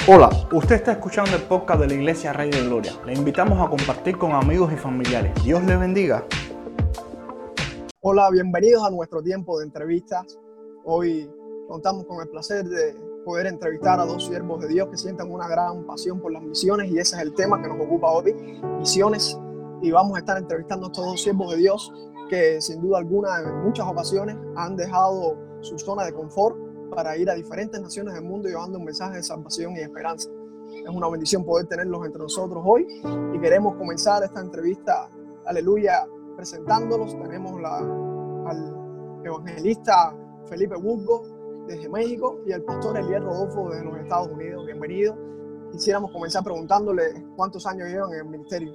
Hola, usted está escuchando el podcast de la Iglesia Rey de Gloria. Le invitamos a compartir con amigos y familiares. Dios le bendiga. Hola, bienvenidos a nuestro tiempo de entrevistas. Hoy contamos con el placer de poder entrevistar a dos siervos de Dios que sientan una gran pasión por las misiones, y ese es el tema que nos ocupa hoy, misiones. Y vamos a estar entrevistando a estos dos siervos de Dios que sin duda alguna en muchas ocasiones han dejado su zona de confort para ir a diferentes naciones del mundo llevando un mensaje de salvación y esperanza. Es una bendición poder tenerlos entre nosotros hoy y queremos comenzar esta entrevista, aleluya, presentándolos. Tenemos al evangelista Felipe Burgos desde México y al pastor Elías Rodolfo desde los Estados Unidos. Bienvenido. Quisiéramos comenzar preguntándole cuántos años llevan en el ministerio.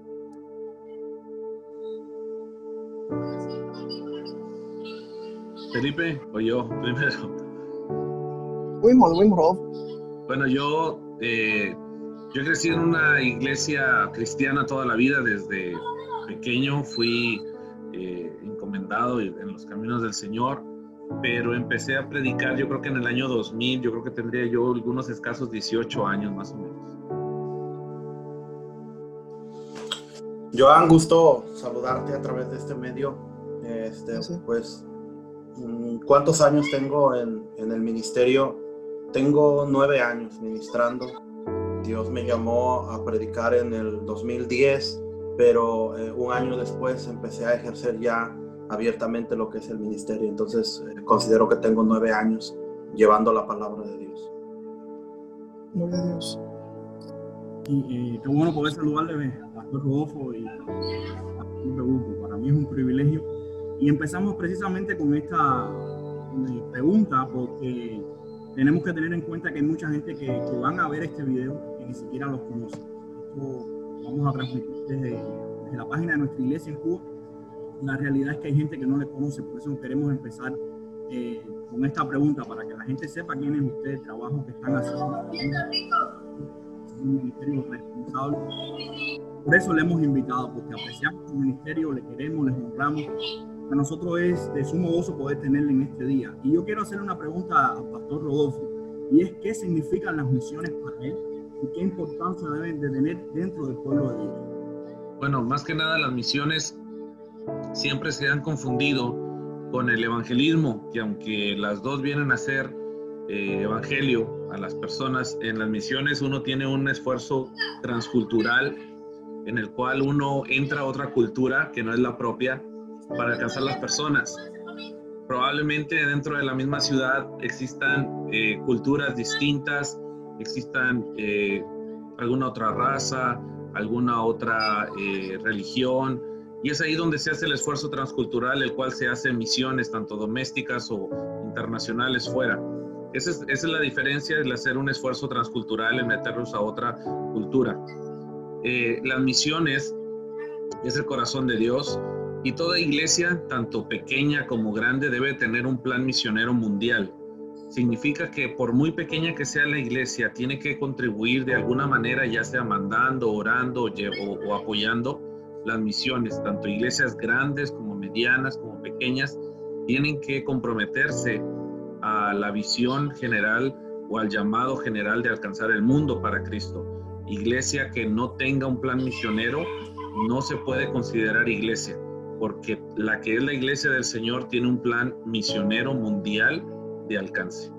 Felipe o yo primero. Lo mismo, Rodolfo. Bueno, yo crecí en una iglesia cristiana toda la vida. Desde pequeño fui encomendado en los caminos del Señor, pero empecé a predicar yo creo que en el año 2000, yo creo que tendría yo algunos escasos 18 años más o menos. Joan, gusto saludarte a través de este medio. Sí. Pues, ¿cuántos años tengo en el ministerio? Tengo 9 años ministrando. Dios me llamó a predicar en el 2010, pero un año después empecé a ejercer ya abiertamente lo que es el ministerio. Entonces considero que tengo 9 años llevando la palabra de Dios. Gloria a Dios. Y qué bueno poder saludarle a Pastor Rodolfo y a Felipe Burgos. Para mí es un privilegio. Y empezamos precisamente con esta pregunta porque tenemos que tener en cuenta que hay mucha gente que van a ver este video que ni siquiera los conoce. Esto vamos a transmitir desde la página de nuestra iglesia en Cuba. La realidad es que hay gente que no le conoce, por eso queremos empezar con esta pregunta para que la gente sepa quién es usted, el trabajo que están haciendo. Un ministerio responsable. Por eso le hemos invitado, porque apreciamos su ministerio, le queremos, le honramos. Para nosotros es de sumo gozo poder tenerle en este día. Y yo quiero hacerle una pregunta al pastor Rodolfo, y es: ¿qué significan las misiones para él y qué importancia deben de tener dentro del pueblo de Dios? Bueno, más que nada las misiones siempre se han confundido con el evangelismo, que aunque las dos vienen a ser evangelio a las personas, en las misiones uno tiene un esfuerzo transcultural en el cual uno entra a otra cultura que no es la propia para alcanzar las personas. Probablemente dentro de la misma ciudad existan culturas distintas, existan alguna otra raza, alguna otra religión, y es ahí donde se hace el esfuerzo transcultural, el cual se hace misiones tanto domésticas o internacionales fuera. Esa es la diferencia, el hacer un esfuerzo transcultural, en meternos a otra cultura. Las misiones es el corazón de Dios, y toda iglesia, tanto pequeña como grande, debe tener un plan misionero mundial. Significa que por muy pequeña que sea la iglesia, tiene que contribuir de alguna manera, ya sea mandando, orando o apoyando las misiones. Tanto iglesias grandes como medianas como pequeñas tienen que comprometerse a la visión general o al llamado general de alcanzar el mundo para Cristo. Iglesia que no tenga un plan misionero no se puede considerar iglesia, porque la que es la iglesia del Señor tiene un plan misionero mundial de alcance.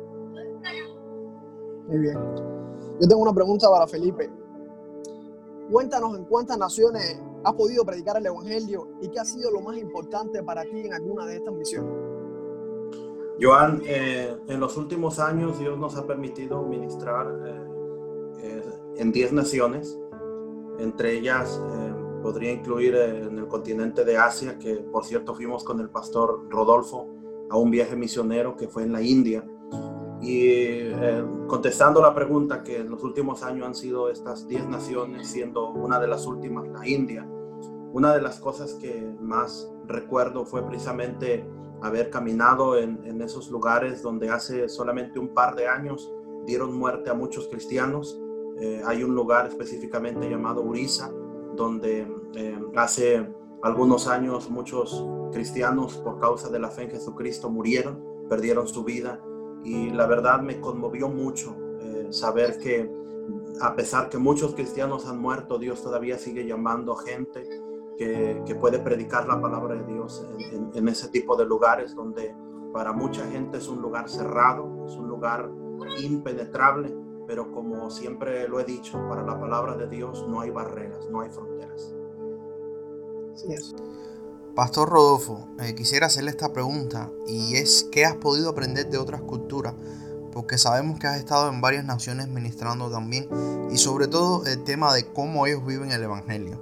Muy bien. Yo tengo una pregunta para Felipe. Cuéntanos en cuántas naciones has podido predicar el evangelio y qué ha sido lo más importante para ti en alguna de estas misiones. Joan, en los últimos años Dios nos ha permitido ministrar en 10 naciones. Entre ellas podría incluir en el continente de Asia, que por cierto fuimos con el pastor Rodolfo a un viaje misionero que fue en la India. Y contestando la pregunta, que en los últimos años han sido estas 10 naciones, siendo una de las últimas la India. Una de las cosas que más recuerdo fue precisamente haber caminado en esos lugares donde hace solamente un par de años dieron muerte a muchos cristianos. Hay un lugar específicamente llamado Orissa, donde hace algunos años muchos cristianos por causa de la fe en Jesucristo murieron, perdieron su vida, y la verdad me conmovió mucho saber que a pesar que muchos cristianos han muerto, Dios todavía sigue llamando gente que puede predicar la palabra de Dios en ese tipo de lugares donde para mucha gente es un lugar cerrado, es un lugar impenetrable, pero como siempre lo he dicho, para la palabra de Dios no hay barreras, no hay fronteras. Así es. Pastor Rodolfo, quisiera hacerle esta pregunta, y es: ¿qué has podido aprender de otras culturas? Porque sabemos que has estado en varias naciones ministrando también, y sobre todo el tema de cómo ellos viven el evangelio.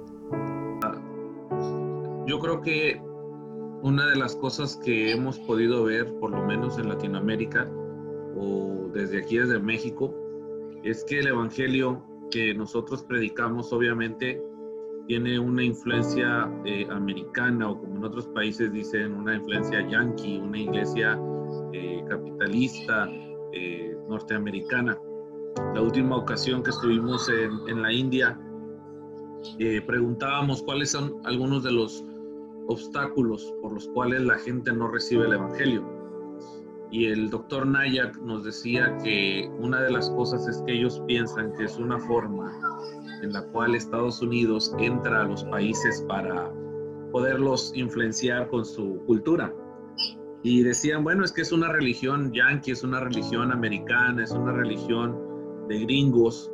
Yo creo que una de las cosas que hemos podido ver, por lo menos en Latinoamérica o desde aquí, desde México, es que el evangelio que nosotros predicamos obviamente tiene una influencia americana, o como en otros países dicen, una influencia yanqui, una iglesia capitalista, norteamericana. La última ocasión que estuvimos en la India, preguntábamos cuáles son algunos de los obstáculos por los cuales la gente no recibe el evangelio. Y el doctor Nayak nos decía que una de las cosas es que ellos piensan que es una forma en la cual Estados Unidos entra a los países para poderlos influenciar con su cultura. Y decían, bueno, es que es una religión yanqui, es una religión americana, es una religión de gringos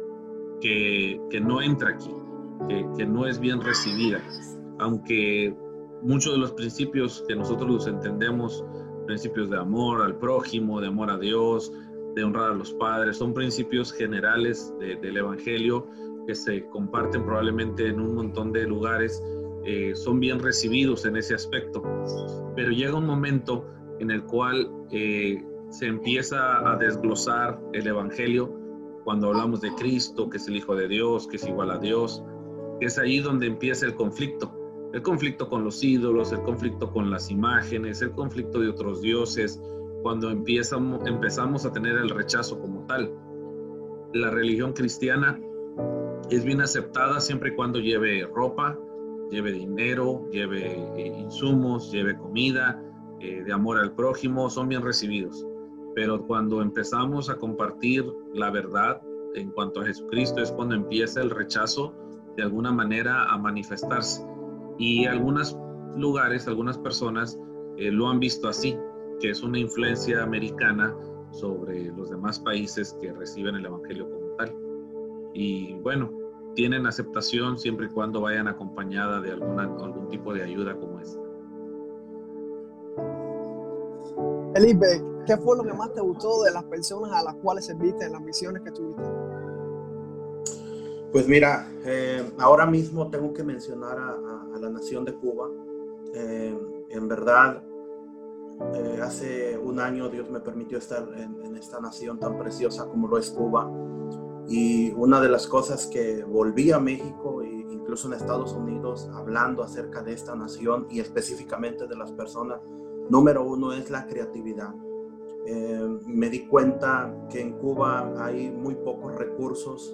que no entra aquí, que no es bien recibida. Aunque muchos de los principios que nosotros los entendemos, principios de amor al prójimo, de amor a Dios, de honrar a los padres, son principios generales del Evangelio que se comparten probablemente en un montón de lugares, son bien recibidos en ese aspecto. Pero llega un momento en el cual se empieza a desglosar el Evangelio cuando hablamos de Cristo, que es el Hijo de Dios, que es igual a Dios. Es ahí donde empieza el conflicto con los ídolos, el conflicto con las imágenes, el conflicto de otros dioses, cuando empezamos a tener el rechazo como tal. La religión cristiana es bien aceptada siempre y cuando lleve ropa, lleve dinero, lleve insumos, lleve comida, de amor al prójimo, son bien recibidos. Pero cuando empezamos a compartir la verdad en cuanto a Jesucristo es cuando empieza el rechazo de alguna manera a manifestarse. Y algunos lugares, algunas personas lo han visto así, que es una influencia americana sobre los demás países que reciben el evangelio como tal. Y bueno, tienen aceptación siempre y cuando vayan acompañada de algún tipo de ayuda como esta. Felipe, ¿qué fue lo que más te gustó de las personas a las cuales serviste en las misiones que tuviste? Pues mira, ahora mismo tengo que mencionar a la nación de Cuba. En verdad, hace un año Dios me permitió estar en esta nación tan preciosa como lo es Cuba. Y una de las cosas que volví a México e incluso en Estados Unidos hablando acerca de esta nación y específicamente de las personas, número uno es la creatividad. Me di cuenta que en Cuba hay muy pocos recursos.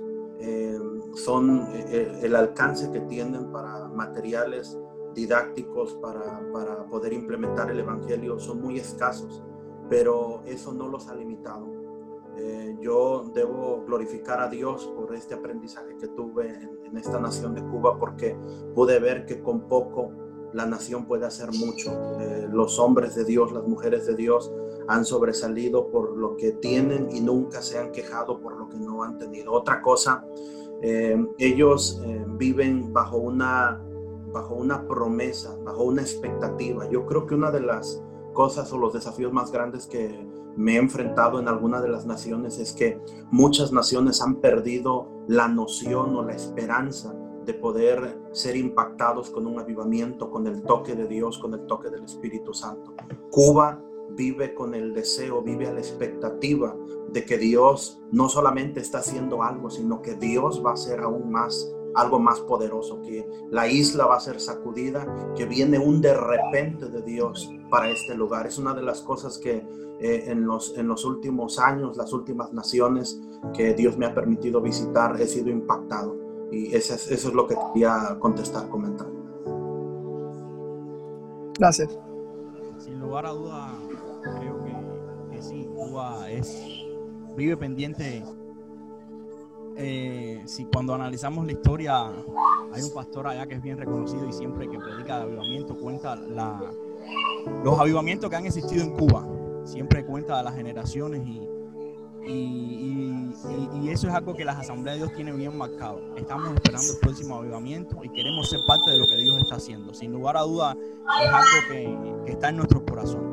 El alcance que tienen para materiales didácticos para poder implementar el evangelio son muy escasos, pero eso no los ha limitado. Yo debo glorificar a Dios por este aprendizaje que tuve en esta nación de Cuba, porque pude ver que con poco la nación puede hacer mucho. Los hombres de Dios, las mujeres de Dios han sobresalido por lo que tienen y nunca se han quejado por lo que no han tenido. Otra cosa, ellos viven bajo una promesa, bajo una expectativa. Yo creo que una de las cosas o los desafíos más grandes que me he enfrentado en alguna de las naciones es que muchas naciones han perdido la noción o la esperanza de poder ser impactados con un avivamiento, con el toque de Dios, con el toque del Espíritu Santo. Cuba vive con el deseo, vive a la expectativa de que Dios no solamente está haciendo algo, sino que Dios va a hacer aún más, algo más poderoso, que la isla va a ser sacudida, que viene un de repente de Dios para este lugar. Es una de las cosas que en los últimos años, las últimas naciones que Dios me ha permitido visitar, he sido impactado. Y eso es lo que quería comentar. Gracias. Sin lugar a duda, creo que sí, Cuba vive pendiente si cuando analizamos la historia, hay un pastor allá que es bien reconocido y siempre que predica de avivamiento cuenta los avivamientos que han existido en Cuba. Siempre cuenta de las generaciones y eso es algo que las Asambleas de Dios tienen bien marcado. Estamos esperando el próximo avivamiento y queremos ser parte de lo que Dios está haciendo. Sin lugar a dudas, es algo que está en nuestros corazones.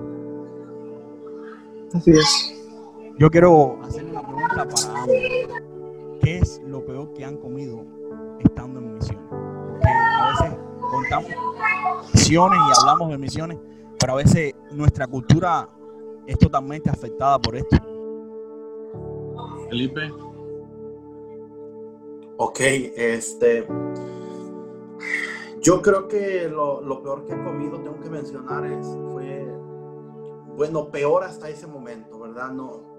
Así es. Yo quiero hacerle una pregunta para ambos. ¿Qué es lo peor que han comido estando en misiones? Porque a veces contamos misiones y hablamos de misiones, pero a veces nuestra cultura es totalmente afectada por esto. Felipe. Ok, yo creo que lo peor que he comido, tengo que mencionar, fue, bueno, peor hasta ese momento, ¿verdad? No,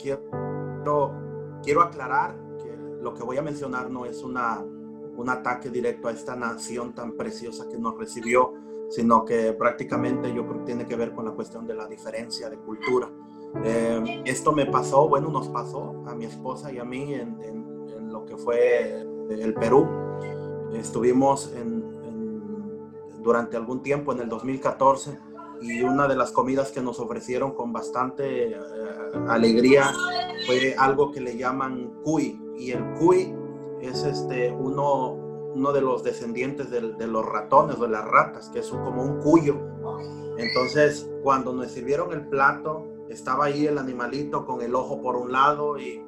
quiero aclarar que lo que voy a mencionar no es un ataque directo a esta nación tan preciosa que nos recibió, sino que prácticamente yo creo que tiene que ver con la cuestión de la diferencia de cultura. Esto me pasó, bueno, nos pasó a mi esposa y a mí en lo que fue el Perú. Estuvimos durante algún tiempo en el 2014 y una de las comidas que nos ofrecieron con bastante alegría fue algo que le llaman cuy, y el cuy es uno de los descendientes de los ratones o de las ratas, que es como un cuyo. Entonces, cuando nos sirvieron el plato, estaba ahí el animalito con el ojo por un lado y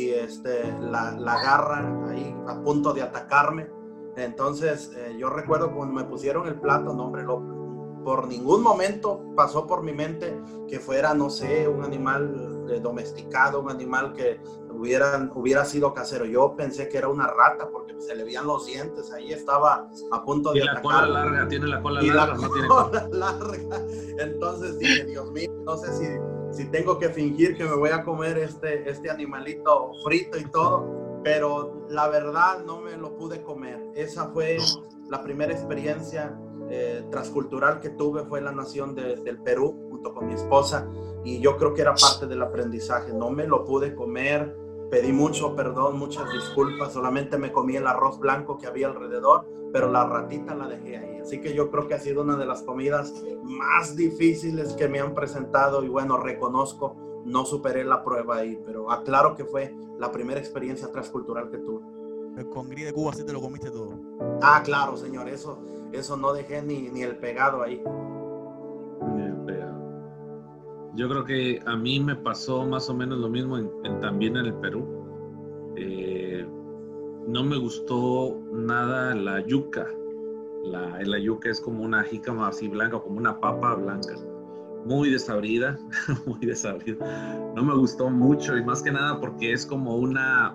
la garra ahí a punto de atacarme. Entonces, yo recuerdo cuando me pusieron el plato, no, hombre, por ningún momento pasó por mi mente que fuera, no sé, un animal domesticado, un animal que hubiera sido casero. Yo pensé que era una rata porque se le veían los dientes, ahí estaba a punto de atacar. Y la cola larga, tiene la cola larga, no tiene cola larga. Entonces dije, Dios mío, no sé si tengo que fingir que me voy a comer este animalito frito y todo, pero la verdad no me lo pude comer. Esa fue la primera experiencia transcultural que tuve, fue la nación del Perú junto con mi esposa, y yo creo que era parte del aprendizaje. No me lo pude comer, pedí mucho perdón, muchas disculpas, solamente me comí el arroz blanco que había alrededor, pero la ratita la dejé ahí. Así que yo creo que ha sido una de las comidas más difíciles que me han presentado, y bueno, reconozco, no superé la prueba ahí, pero aclaro que fue la primera experiencia transcultural que tuve. El congrí de Cuba sí te lo comiste todo. Ah, claro, señor, eso no dejé ni el pegado ahí. Ni el pegado. Yo creo que a mí me pasó más o menos lo mismo también en el Perú. No me gustó nada la yuca. La yuca es como una jícama así blanca, como una papa blanca. Muy desabrida, muy desabrida. No me gustó mucho, y más que nada porque es como una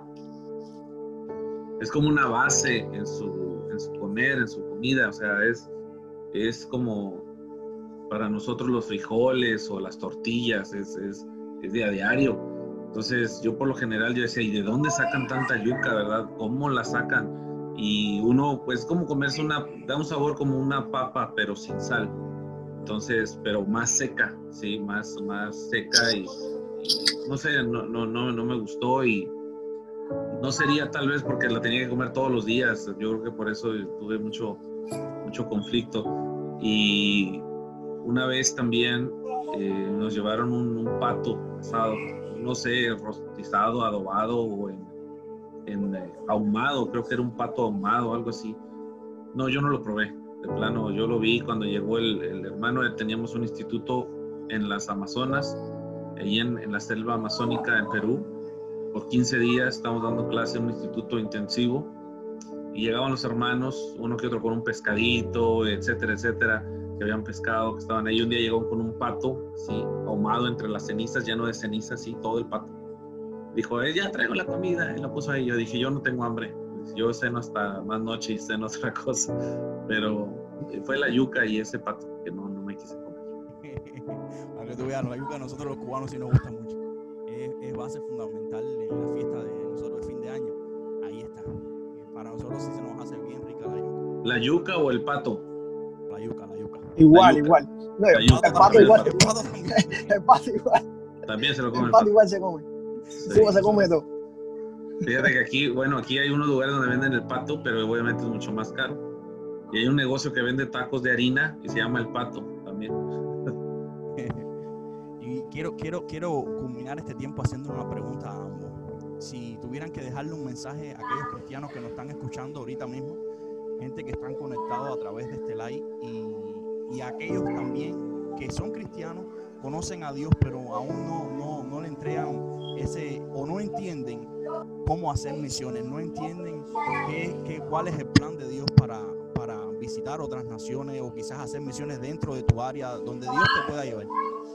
base en su comer, en su comida. O sea, es como para nosotros los frijoles o las tortillas, es de a diario. Entonces yo por lo general yo decía, ¿y de dónde sacan tanta yuca, verdad? ¿Cómo la sacan? Y uno, pues, como comerse da un sabor como una papa, pero sin sal. Entonces, pero más seca, sí, más seca, y no sé, no me gustó, y no sería tal vez porque la tenía que comer todos los días. Yo creo que por eso tuve mucho conflicto. Y una vez también nos llevaron un pato asado, no sé, rostizado, adobado o ahumado. Creo que era un pato ahumado o algo así. No, yo no lo probé. De plano, yo lo vi cuando llegó el hermano. Teníamos un instituto en las Amazonas, ahí en la selva amazónica en Perú. Por 15 días estábamos dando clase en un instituto intensivo, y llegaban los hermanos, uno que otro con un pescadito, etcétera, etcétera, que habían pescado, que estaban ahí. Un día llegó con un pato, sí, ahumado entre las cenizas, lleno de cenizas, sí, todo el pato. Dijo, ya traigo la comida, y la puso ahí. Yo dije, yo no tengo hambre, yo ceno hasta más noche y ceno otra cosa. Pero fue la yuca y ese pato que no me quise comer. Para que tú veas, la yuca a nosotros los cubanos sí nos gusta mucho. Es base fundamental en la fiesta de nosotros de fin de año. Ahí está. Para nosotros sí se nos hace bien rica la yuca. ¿La yuca o el pato? La yuca. Igual, la yuca. igual. No, el pato igual. El pato igual. También se lo come el pato igual se come. Sí, se come todo. Fíjate que aquí hay unos lugares donde venden el pato, pero obviamente es mucho más caro. Y hay un negocio que vende tacos de harina y se llama El Pato también. Y quiero culminar este tiempo haciendo una pregunta a ambos. Si tuvieran que dejarle un mensaje a aquellos cristianos que nos están escuchando ahorita mismo, gente que están conectados a través de este live, y a aquellos también que son cristianos, conocen a Dios, pero aún no le entregan o no entienden cómo hacer misiones, no entienden cuál es el plan de Dios para visitar otras naciones o quizás hacer misiones dentro de tu área donde Dios te pueda llevar.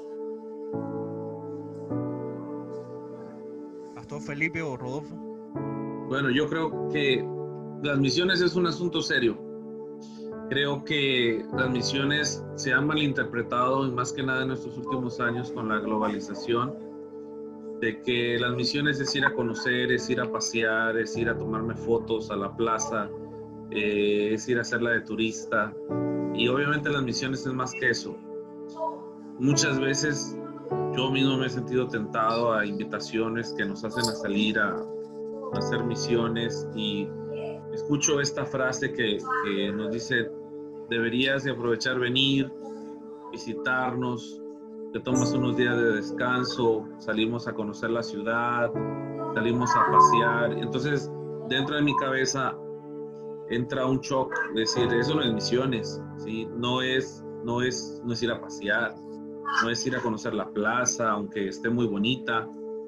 Pastor Felipe o Rodolfo. Bueno, yo creo que las misiones es un asunto serio. Creo que las misiones se han malinterpretado, y más que nada en estos últimos años con la globalización, de que las misiones es ir a conocer, es ir a pasear, es ir a tomarme fotos a la plaza, es ir a hacerla de turista. Y obviamente las misiones es más que eso. Muchas veces yo mismo me he sentido tentado a invitaciones que nos hacen a salir a hacer misiones, y escucho esta frase que nos dice: deberías de aprovechar venir, visitarnos, te tomas unos días de descanso, salimos a conocer la ciudad, salimos a pasear. Entonces, dentro de mi cabeza entra un shock, decir, eso no es misiones, ¿sí? No es ir a pasear, no es ir a conocer la plaza, aunque esté muy bonita.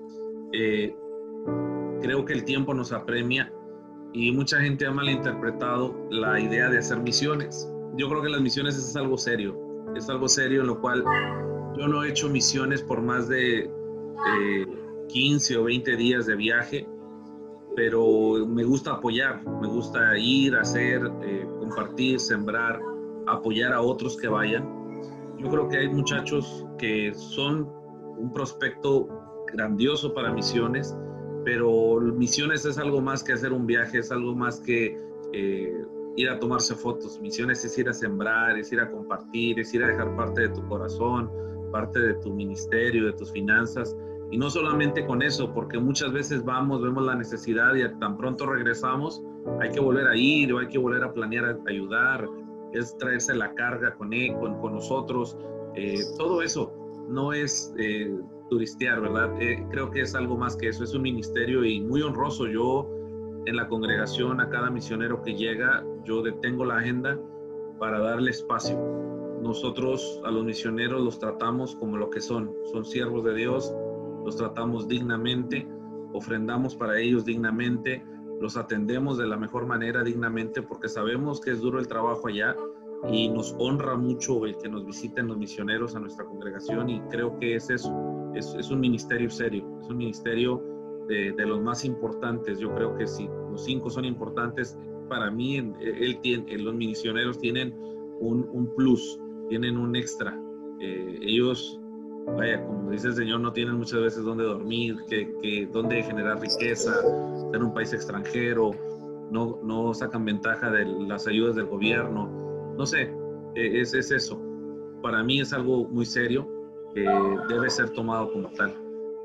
Creo que el tiempo nos apremia y mucha gente ha malinterpretado la idea de hacer misiones. Yo creo que las misiones es algo serio en lo cual yo no he hecho misiones por más de 15 o 20 días de viaje, pero me gusta apoyar, me gusta ir, hacer, compartir, sembrar, apoyar a otros que vayan. Yo creo que hay muchachos que son un prospecto grandioso para misiones, pero misiones es algo más que hacer un viaje, es algo más que ir a tomarse fotos. Misiones es ir a sembrar, es ir a compartir, es ir a dejar parte de tu corazón, parte de tu ministerio, de tus finanzas. Y no solamente con eso, porque muchas veces vemos la necesidad y tan pronto regresamos, hay que volver a ir o hay que volver a planear, a ayudar, es traerse la carga con nosotros. Todo eso no es turistear, ¿verdad? Creo que es algo más que eso, es un ministerio y muy honroso. Yo en la congregación, a cada misionero que llega, yo detengo la agenda para darle espacio. Nosotros a los misioneros los tratamos como lo que son siervos de Dios, los tratamos dignamente, ofrendamos para ellos dignamente, los atendemos de la mejor manera dignamente, porque sabemos que es duro el trabajo allá y nos honra mucho el que nos visiten los misioneros a nuestra congregación, y creo que es eso, es un ministerio serio, es un ministerio de los más importantes. Yo creo que si los 5 son importantes, para mí los misioneros tienen un plus, tienen un extra. Ellos, vaya, como dice el Señor, no tienen muchas veces dónde dormir, dónde generar riqueza, en un país extranjero, no sacan ventaja de las ayudas del gobierno. No sé, es eso. Para mí es algo muy serio que debe ser tomado como tal.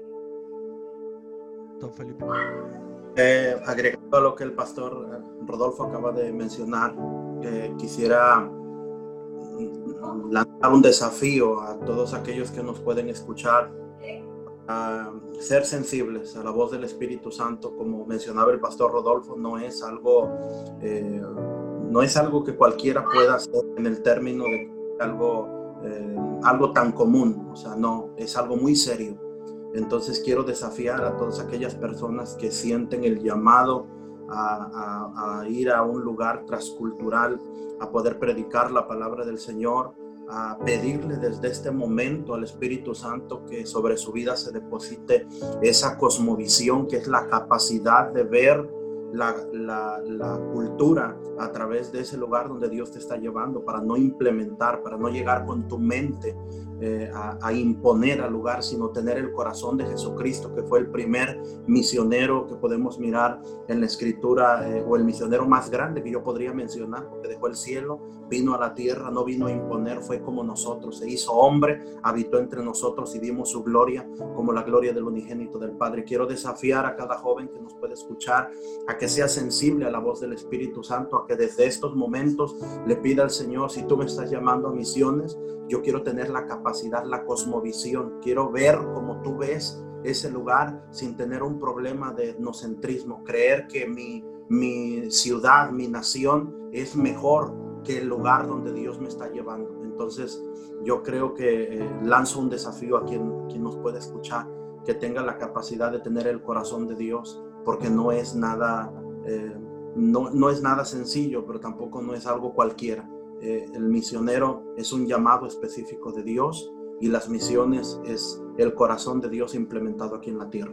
Don Felipe. Agregando a lo que el pastor Rodolfo acaba de mencionar, quisiera lanzar un desafío a todos aquellos que nos pueden escuchar, a ser sensibles a la voz del Espíritu Santo. Como mencionaba el pastor Rodolfo, no es algo que cualquiera pueda hacer en el término de algo tan común. O sea, no, es algo muy serio. Entonces quiero desafiar a todas aquellas personas que sienten el llamado a ir a un lugar transcultural, a poder predicar la palabra del Señor, a pedirle desde este momento al Espíritu Santo que sobre su vida se deposite esa cosmovisión, que es la capacidad de ver la cultura a través de ese lugar donde Dios te está llevando, para no implementar, para no llegar con tu mente a imponer al lugar, sino tener el corazón de Jesucristo, que fue el primer misionero que podemos mirar en la escritura, o el misionero más grande que yo podría mencionar, porque dejó el cielo, vino a la tierra, no vino a imponer, fue como nosotros, se hizo hombre, habitó entre nosotros y dimos su gloria como la gloria del unigénito del Padre. Quiero desafiar a cada joven que nos puede escuchar a que sea sensible a la voz del Espíritu Santo, a que desde estos momentos le pida al Señor: si tú me estás llamando a misiones, yo quiero tener la capacidad, la cosmovisión, quiero ver como tú ves ese lugar sin tener un problema de etnocentrismo, creer que mi ciudad, mi nación es mejor que el lugar donde Dios me está llevando. Entonces yo creo que lanzo un desafío a quien nos puede escuchar, que tenga la capacidad de tener el corazón de Dios, porque no es nada no es nada sencillo, pero tampoco no es algo cualquiera. El misionero es un llamado específico de Dios, y las misiones es el corazón de Dios implementado aquí en la tierra.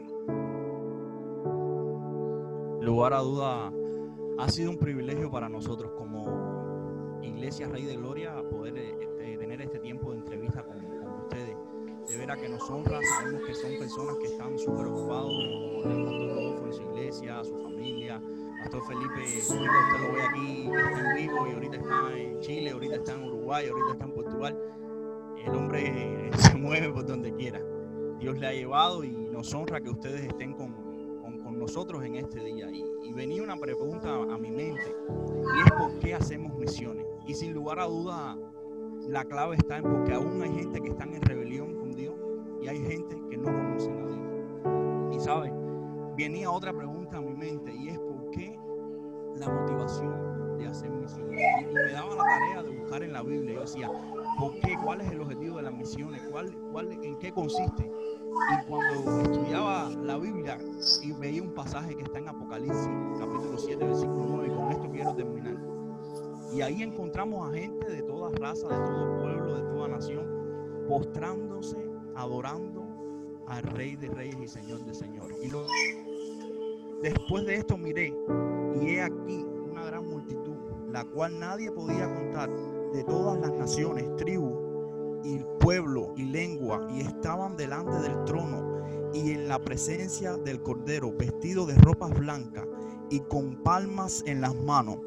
Lugar a duda, ha sido un privilegio para nosotros como Iglesia Rey de Gloria poder tener este tiempo de entrevista con ustedes. De veras que nos honra, sabemos que son personas que están súper ocupados, con el pastor Rodolfo en su iglesia, su familia. Pastor Felipe, usted lo ve aquí, está en vivo, y ahorita está en Chile, ahorita está en Uruguay, ahorita está en Portugal. El hombre se mueve por donde quiera. Dios le ha llevado, y nos honra que ustedes estén con nosotros en este día. Y venía una pregunta a mi mente, y es: ¿por qué hacemos misiones? Y sin lugar a duda, la clave está en porque aún hay gente que están en rebelión con Dios, y hay gente que no conocen a Dios. Y saben, venía otra pregunta a mi mente, y es: ¿por qué la motivación de hacer misiones? Y me daba la tarea de buscar en la Biblia. Yo decía: ¿por qué? ¿Cuál es el objetivo de las misiones? ¿En qué consiste? Y cuando estudiaba la Biblia y veía un pasaje que está en Apocalipsis, capítulo 7, versículo 9, y con esto quiero terminar. Y ahí encontramos a gente de toda raza, de todo pueblo, de toda nación, postrándose, adorando al Rey de Reyes y Señor de Señores. Después de esto miré, y he aquí una gran multitud, la cual nadie podía contar, de todas las naciones, tribus y pueblo y lengua, y estaban delante del trono y en la presencia del Cordero, vestidos de ropas blancas y con palmas en las manos,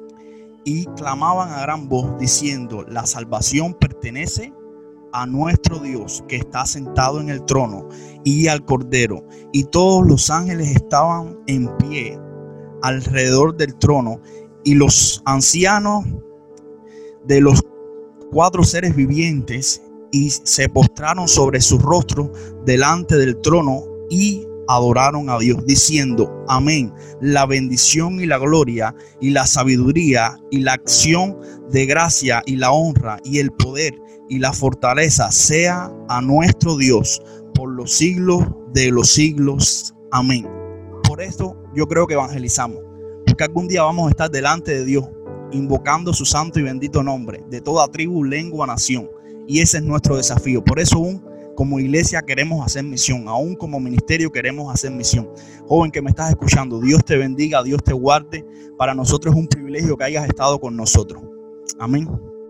y clamaban a gran voz diciendo: la salvación pertenece a nuestro Dios, que está sentado en el trono, y al Cordero. Y todos los ángeles estaban en pie alrededor del trono, y los ancianos de los 4 seres vivientes, y se postraron sobre sus rostros delante del trono y adoraron a Dios, diciendo: amén. La bendición y la gloria y la sabiduría y la acción de gracia y la honra y el poder y la fortaleza sea a nuestro Dios por los siglos de los siglos. Amén. Por esto yo creo que evangelizamos, porque algún día vamos a estar delante de Dios, invocando su santo y bendito nombre, de toda tribu, lengua, nación. Y ese es nuestro desafío. Por eso aún como iglesia queremos hacer misión, aún como ministerio queremos hacer misión. Joven que me estás escuchando, Dios te bendiga, Dios te guarde. Para nosotros es un privilegio que hayas estado con nosotros. Amén.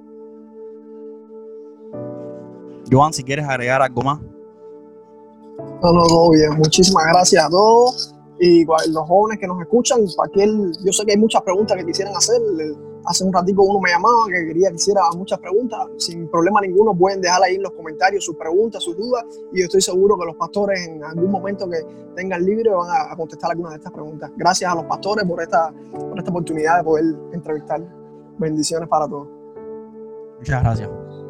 Joan, si quieres agregar algo más. No, todo bien. Muchísimas gracias a todos. Y los jóvenes que nos escuchan, yo sé que hay muchas preguntas que quisieran hacer. Hace un ratico uno me llamaba que quisiera muchas preguntas. Sin problema ninguno pueden dejar ahí en los comentarios sus preguntas, sus dudas, y yo estoy seguro que los pastores en algún momento que tengan libre van a contestar algunas de estas preguntas. Gracias a los pastores por esta oportunidad de poder entrevistar. Bendiciones para todos. Muchas gracias.